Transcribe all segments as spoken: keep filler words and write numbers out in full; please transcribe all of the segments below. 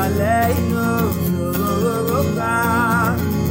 עלינו סוכה,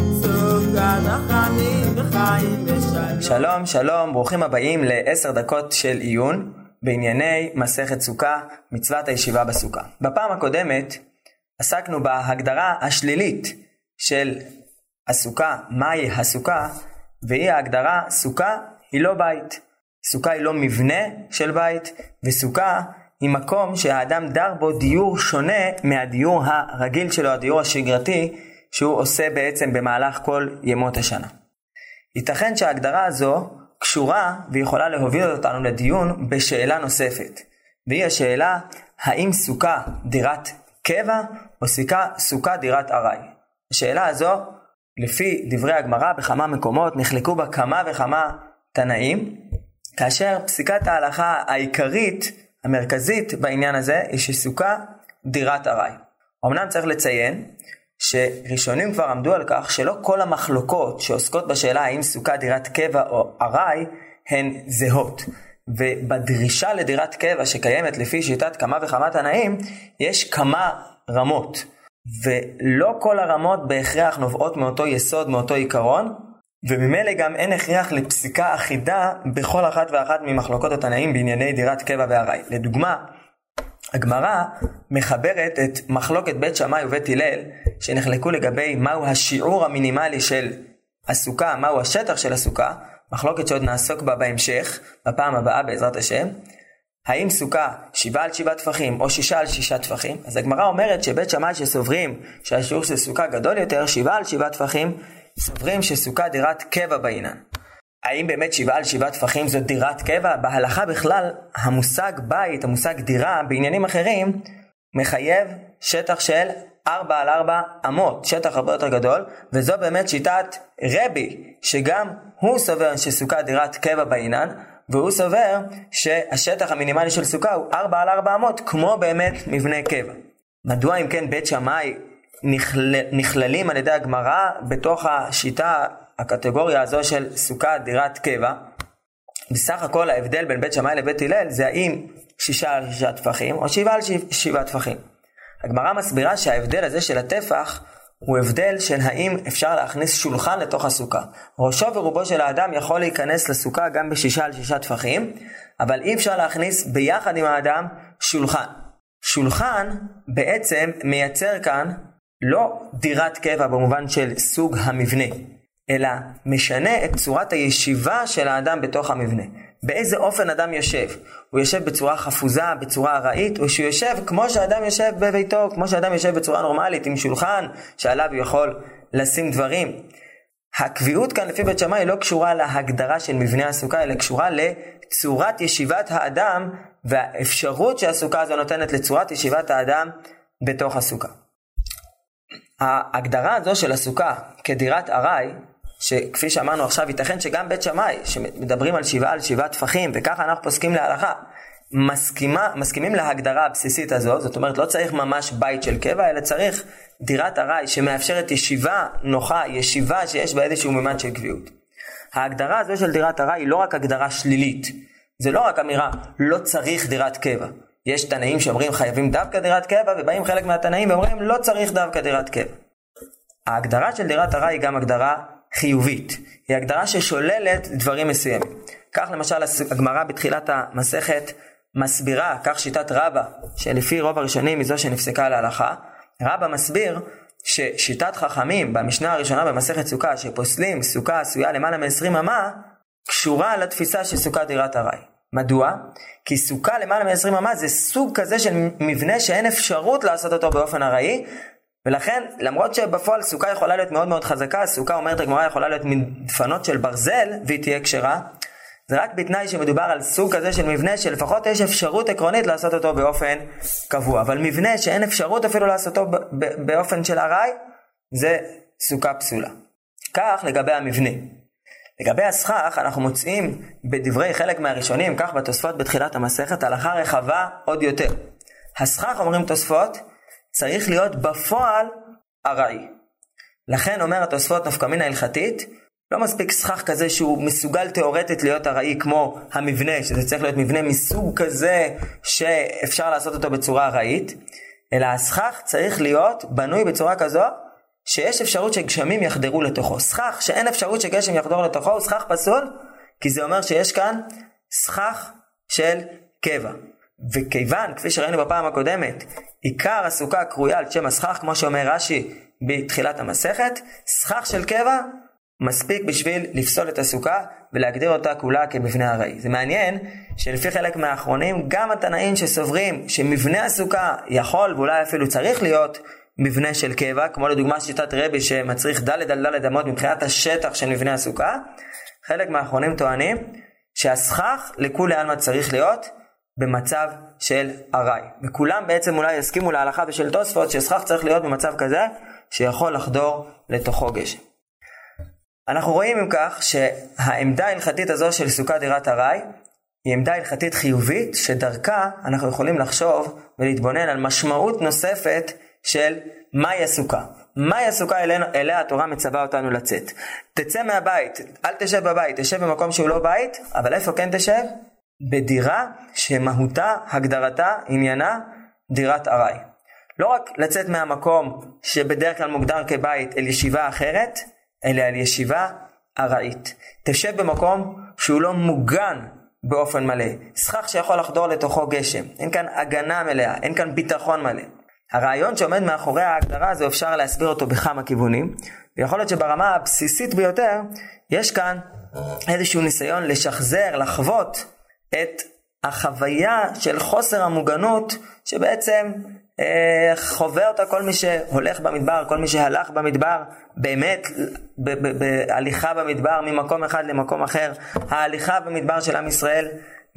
סוכה נחמים וחיים ושלום. שלום, שלום, ברוכים הבאים לעשר דקות של עיון בענייני מסכת סוכה, מצוות הישיבה בסוכה. בפעם הקודמת עסקנו בהגדרה השלילית של הסוכה, מהי הסוכה, והיא ההגדרה סוכה היא לא בית. סוכה היא לא מבנה של בית, וסוכה היא מקום שהאדם דר בו דיור שונה מהדיור הרגיל שלו, הדיור השגרתי שהוא עושה בעצם במהלך כל ימות השנה. ייתכן שההגדרה הזו קשורה ויכולה להוביל אותנו לדיון בשאלה נוספת, והיא השאלה האם סוכה דירת קבע או סוכה, סוכה דירת ארעי. השאלה הזו לפי דברי הגמרא בכמה מקומות נחלקו בה כמה וכמה תנאים, כאשר פסיקת ההלכה העיקרית המרכזית בעניין הזה היא שסוכה דירת ארעי. אמנם צריך לציין שראשונים כבר עמדו על כך שלא כל המחלוקות שעוסקות בשאלה האם סוכה דירת קבע או ארעי הן זהות, ובדרישה לדירת קבע שקיימת לפי שיטת כמה וכמה תנאים יש כמה רמות, ולא כל הרמות בהכרח נובעות מאותו יסוד, מאותו עיקרון, וממילא גם אין הכרח לפסיקה אחידה בכל אחת ואחת ממחלוקות התנאים בענייני דירת קבע וארעי. לדוגמה, הגמרא מחברת את מחלוקת בית שמאי ובית הלל שנחלקו לגבי מהו השיעור המינימלי של הסוכה, מהו השטח של הסוכה, מחלוקת שעוד נעסוק בה בהמשך בפעם הבאה בעזרת השם. האם סוכה שבעה על שבעה טפחים או שישה על שישה טפחים? אז הגמרא אומרת שבית שמאי שסוברים שהשיעור של סוכה גדול יותר, שבעה על שבעה טפחים, סוברים שסוכה דירת קבע בעינן. האם באמת שבעה על שבעה טפחים זאת דירת קבע? בהלכה בכלל המושג בית, המושג דירה בעניינים אחרים מחייב שטח של ארבע על ארבע אמות, שטח הרבה יותר גדול, וזו באמת שיטת רבי, שגם הוא סובר שסוכה דירת קבע בעינן, והוא סובר שהשטח המינימלי של סוכה הוא ארבע על ארבע אמות, כמו באמת מבנה קבע. מדוע אם כן בית שמאי נכלל, נכללים על ידי הגמרא בתוך השיטה, הקטגוריה הזו של סוכה דירת קבע? בסך הכל ההבדל בין בית שמאי לבית הלל זה האם שישה על שישה טפחים או שבעה על שבעה טפחים. הגמרא מסבירה שההבדל הזה של הטפח הוא הבדל של האם אפשר להכניס שולחן לתוך הסוכה. ראשו ורובו של האדם יכול להיכנס לסוכה גם בשישה על שישה טפחים, אבל אי אפשר להכניס ביחד עם האדם שולחן. שולחן בעצם מייצר כאן לא דירת קבע במובן של סוג המבנה, אלא משנה את צורת הישיבה של האדם בתוך המבנה. באיזה אופן אדם יושב? הוא יושב בצורה חפוזה, בצורה ארעית, או שהוא יושב כמו שאדם יושב בביתו, כמו שאדם יושב בצורה נורמלית, עם שולחן שעליו הוא יכול לשים דברים. הקביעות כאן לפי בית שמאי לא קשורה להגדרה של מבנה הסוכה, אלא קשורה לצורת ישיבת האדם, והאפשרות שהסוכה הזו נותנת לצורת ישיבת האדם בתוך הסוכה. ההגדרה הזו של הסוכה כדירת ארעי, שכפי שאמרנו עכשיו ייתכן שגם בית שמאי שמדברים על שבעה על שבעה טפחים וככה אנחנו פוסקים להלכה מסכימה, מסכימים להגדרה הבסיסית הזו, זאת אומרת לא צריך ממש בית של קבע אלא צריך דירת ארעי שמאפשרת ישיבה נוחה, ישיבה שיש בה איזשהו מימד של קביעות. ההגדרה הזו של דירת ארעי היא לא רק הגדרה שלילית, זה לא רק אמירה לא צריך דירת קבע. יש תנאים שאומרים חייבים דווקא דירת קבע, ובאים חלק מהתנאים ואומרים לא צריך דווקא דירת קבע. ההגדרה של דירת ארעי היא גם הגדרה חיובית, היא הגדרה ששוללת דברים מסוימים. כך למשל הגמרא בתחילת המסכת מסבירה, כך שיטת רבא, שלפי רוב הראשונים היא זו שנפסקה להלכה, רבא מסביר ששיטת חכמים במשנה הראשונה במסכת סוכה, שפוסלים סוכה עשויה למעלה מ-עשרים אמה, קשורה לתפיסה של סוכה דירת ארעי. מדוע? כי סוכה למעלה מ-עשרים אמה זה סוג כזה של מבנה שאין אפשרות לעשות אותו באופן ארעי, ולכן למרות שבפועל סוכה יכולה להיות מאוד מאוד חזקה, סוכה אומרת הגמרא יכולה להיות מדפנות של ברזל והיא תהיה כשרה, זה רק בתנאי שמדובר על סוג כזה של מבנה שלפחות יש אפשרות עקרונית לעשות אותו באופן קבוע, אבל מבנה שאין אפשרות אפילו לעשות אותו באופן של ארעי, זה סוכה פסולה. כך לגבי המבנה. לגבי הסכך אנחנו מוצאים בדברי חלק מהראשונים, כך בתוספות בתחילת המסכת, הלכה רחבה עוד יותר. הסכך, אומרים תוספות, צריך להיות בפועל ארעי. לכן אומר התוספות נפקא מינה הלכתית, לא מספיק סכך כזה שהוא מסוגל תיאורטית להיות ארעי כמו המבנה, שזה צריך להיות מבנה מסוג כזה שאפשר לעשות אותו בצורה ארעית, אלא הסכך צריך להיות בנוי בצורה כזו, שיש אפשרות שגשמים יחדרו לתוכו. סכך שאין אפשרות שגשם יחדור לתוכו הוא סכך פסול, כי זה אומר שיש כאן סכך של קבע. וכיוון, כפי שראינו בפעם הקודמת, עיקר הסוכה קרויה על שם הסכך, כמו שאומר רש"י בתחילת המסכת, סכך של קבע מספיק בשביל לפסול את הסוכה ולהגדיר אותה כולה כמבנה ארעי. זה מעניין שלפי חלק מהאחרונים, גם התנאים שסוברים שמבנה הסוכה יכול ואולי אפילו צריך להיות מבנה של קבע, כמו לדוגמה שיטת רבי שמצריך ד' על ד' אמות מבחינת השטח של מבנה הסוכה, חלק מהאחרונים טוענים שהסכך לכולי עלמא צריך להיות במצב של ארעי. וכולם בעצם אולי יסכימו להלכה ושל תוספות שסכך צריך להיות במצב כזה שיכול לחדור לתוכו גשם. אנחנו רואים עם כך שהעמדה ההלכתית הזו של סוכה דירת ארעי היא עמדה הלכתית חיובית, שדרכה אנחנו יכולים לחשוב ולהתבונן על משמעות נוספת של מהי הסוכה. מהי הסוכה אליה, אליה התורה מצווה אותנו לצאת. תצא מהבית, אל תשב בבית, תשב במקום שהוא לא בית, אבל איפה כן תשב? בדירה שמהותה, הגדרתה, עניינה, דירת ארעי. לא רק לצאת מהמקום שבדרך כלל מוגדר כבית אל ישיבה אחרת, אלא אל ישיבה ארעית. תשב במקום שהוא לא מוגן באופן מלא. סכך שיכול לחדור לתוכו גשם. אין כאן הגנה מלאה, אין כאן ביטחון מלא. הרעיון שעומד מאחורי ההגדרה הזו אפשר להסביר אותו בכמה כיוונים. ויכול להיות שברמה הבסיסית ביותר, יש כאן איזשהו ניסיון לשחזר, לחוות את החוויה של חוסר המוגנות שבעצם אה, חווה אותה כל מי שהולך במדבר, כל מי שהלך במדבר, באמת בהליכה במדבר ממקום אחד למקום אחר, ההליכה במדבר של עם ישראל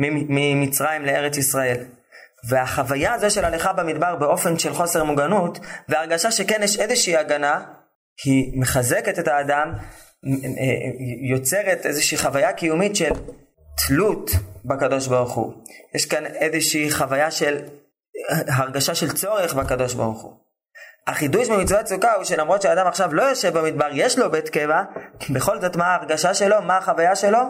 ממצרים לארץ ישראל. והחוויה הזו של הליכה במדבר באופן של חוסר מוגנות, והרגשה שכן יש איזושהי הגנה, היא מחזקת את האדם, יוצרת איזושהי חוויה קיומית של תלות בקדוש ברוך הוא. יש כאן איזושהי חוויה של הרגשה של צורך בקדוש ברוך הוא. החידוש במצוות סוכה הוא שלמרות שהאדם עכשיו לא יושב במדבר, יש לו בית קבע, בכל זאת מה ההרגשה שלו, מה החוויה שלו?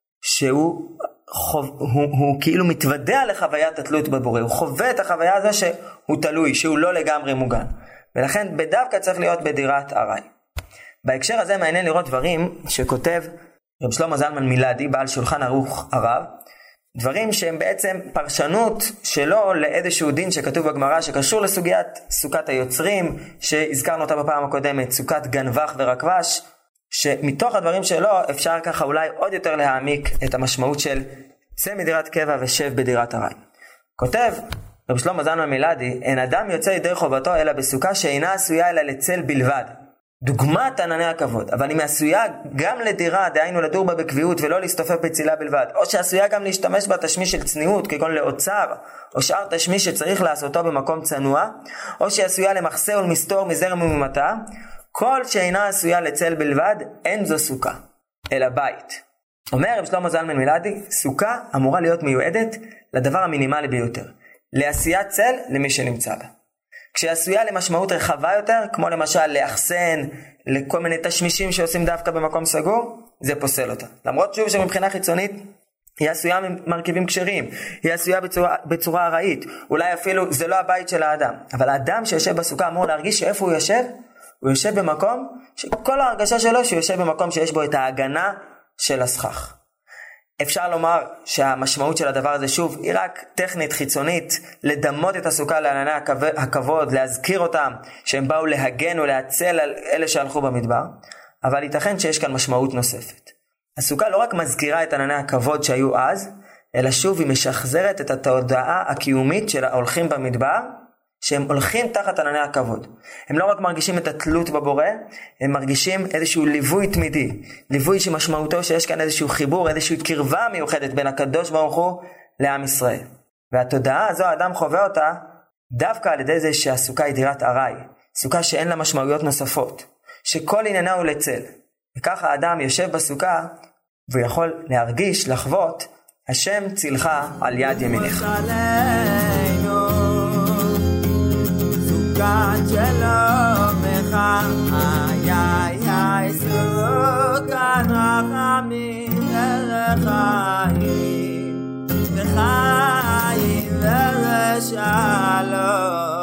שהוא חו... הוא, הוא כאילו מתוודע לחוויית התלות בבורא, הוא חווה את החוויה הזו שהוא תלוי, שהוא לא לגמרי מוגן. ולכן בדווקא צריך להיות בדירת ארעי. בהקשר הזה מעניין לראות דברים שכותב רב שלמה זלמן מילדי, בעל שולחן ערוך הרב, דברים שהם בעצם פרשנות שלו לאיזשהו דין שכתוב בגמרא שקשור לסוגיית סוכת היוצרים, שהזכרנו אותה בפעם הקודמת, סוכת גנבך ורקבש, שמתוך הדברים שלו אפשר ככה אולי עוד יותר להעמיק את המשמעות של צא מדירת קבע ושב בדירת ארעי. כותב רב שלמה זלמן מילדי, אין אדם יוצא ידי חובתו אלא בסוכה שאינה עשויה אלא לצל בלבד. דוגמת ענני הכבוד, אבל אם עשויה גם לדירה, דהיינו לדור בה בקביעות ולא להסתופף בצילה בלבד, או שעשויה גם להשתמש בה תשמיש של צניעות, כגון לאוצר, או שאר תשמיש שצריך לעשותו במקום צנוע, או שעשויה למחסה ולמסתור מזרם וממטה, כל שאינה עשויה לצל בלבד, אין זו סוכה, אלא בית. אומר רב שלמה זלמן מילדי, סוכה אמורה להיות מיועדת לדבר המינימלי ביותר, לעשיית צל למי שנמצא בה. כשעשויה למשמעות רחבה יותר, כמו למשל לאחסן, לכל מיני תשמישים שעושים דווקא במקום סגור, זה פוסל אותה. למרות שוב שמבחינה חיצונית, היא עשויה ממרכיבים כשרים, היא עשויה בצורה, בצורה ארעית, אולי אפילו זה לא הבית של האדם, אבל האדם שיושב בסוכה אמור להרגיש שאיפה הוא יושב, הוא יושב במקום, שכל ההרגשה שלו שהוא יושב במקום שיש בו את ההגנה של הסכך. אפשר לומר שהמשמעות של הדבר הזה שוב היא רק טכנית חיצונית, לדמות את הסוכה לענני הכבוד, להזכיר אותם שהם באו להגן ולהצל על אלה שהלכו במדבר, אבל ייתכן שיש כאן משמעות נוספת. הסוכה לא רק מזכירה את ענני הכבוד שהיו אז, אלא שוב היא משחזרת את התודעה הקיומית של ההולכים במדבר, שהם הולכים תחת ענני הכבוד. הם לא רק מרגישים את התלות בבורא, הם מרגישים איזשהו ליווי תמידי, ליווי שמשמעותו שיש כאן איזשהו חיבור, איזושהי קרבה מיוחדת בין הקדוש ברוך הוא לעם ישראל. והתודעה הזו האדם חווה אותה דווקא על ידי זה שהסוכה היא דירת ארעי, סוכה שאין לה משמעויות נוספות, שכל עניינה הוא לצל. וככה האדם יושב בסוכה ויכול להרגיש, לחוות, השם צילך על יד ימינך. סוכת שלומך, איי איי איי, סוכת רחמים ורחמים, וחיים ושלום.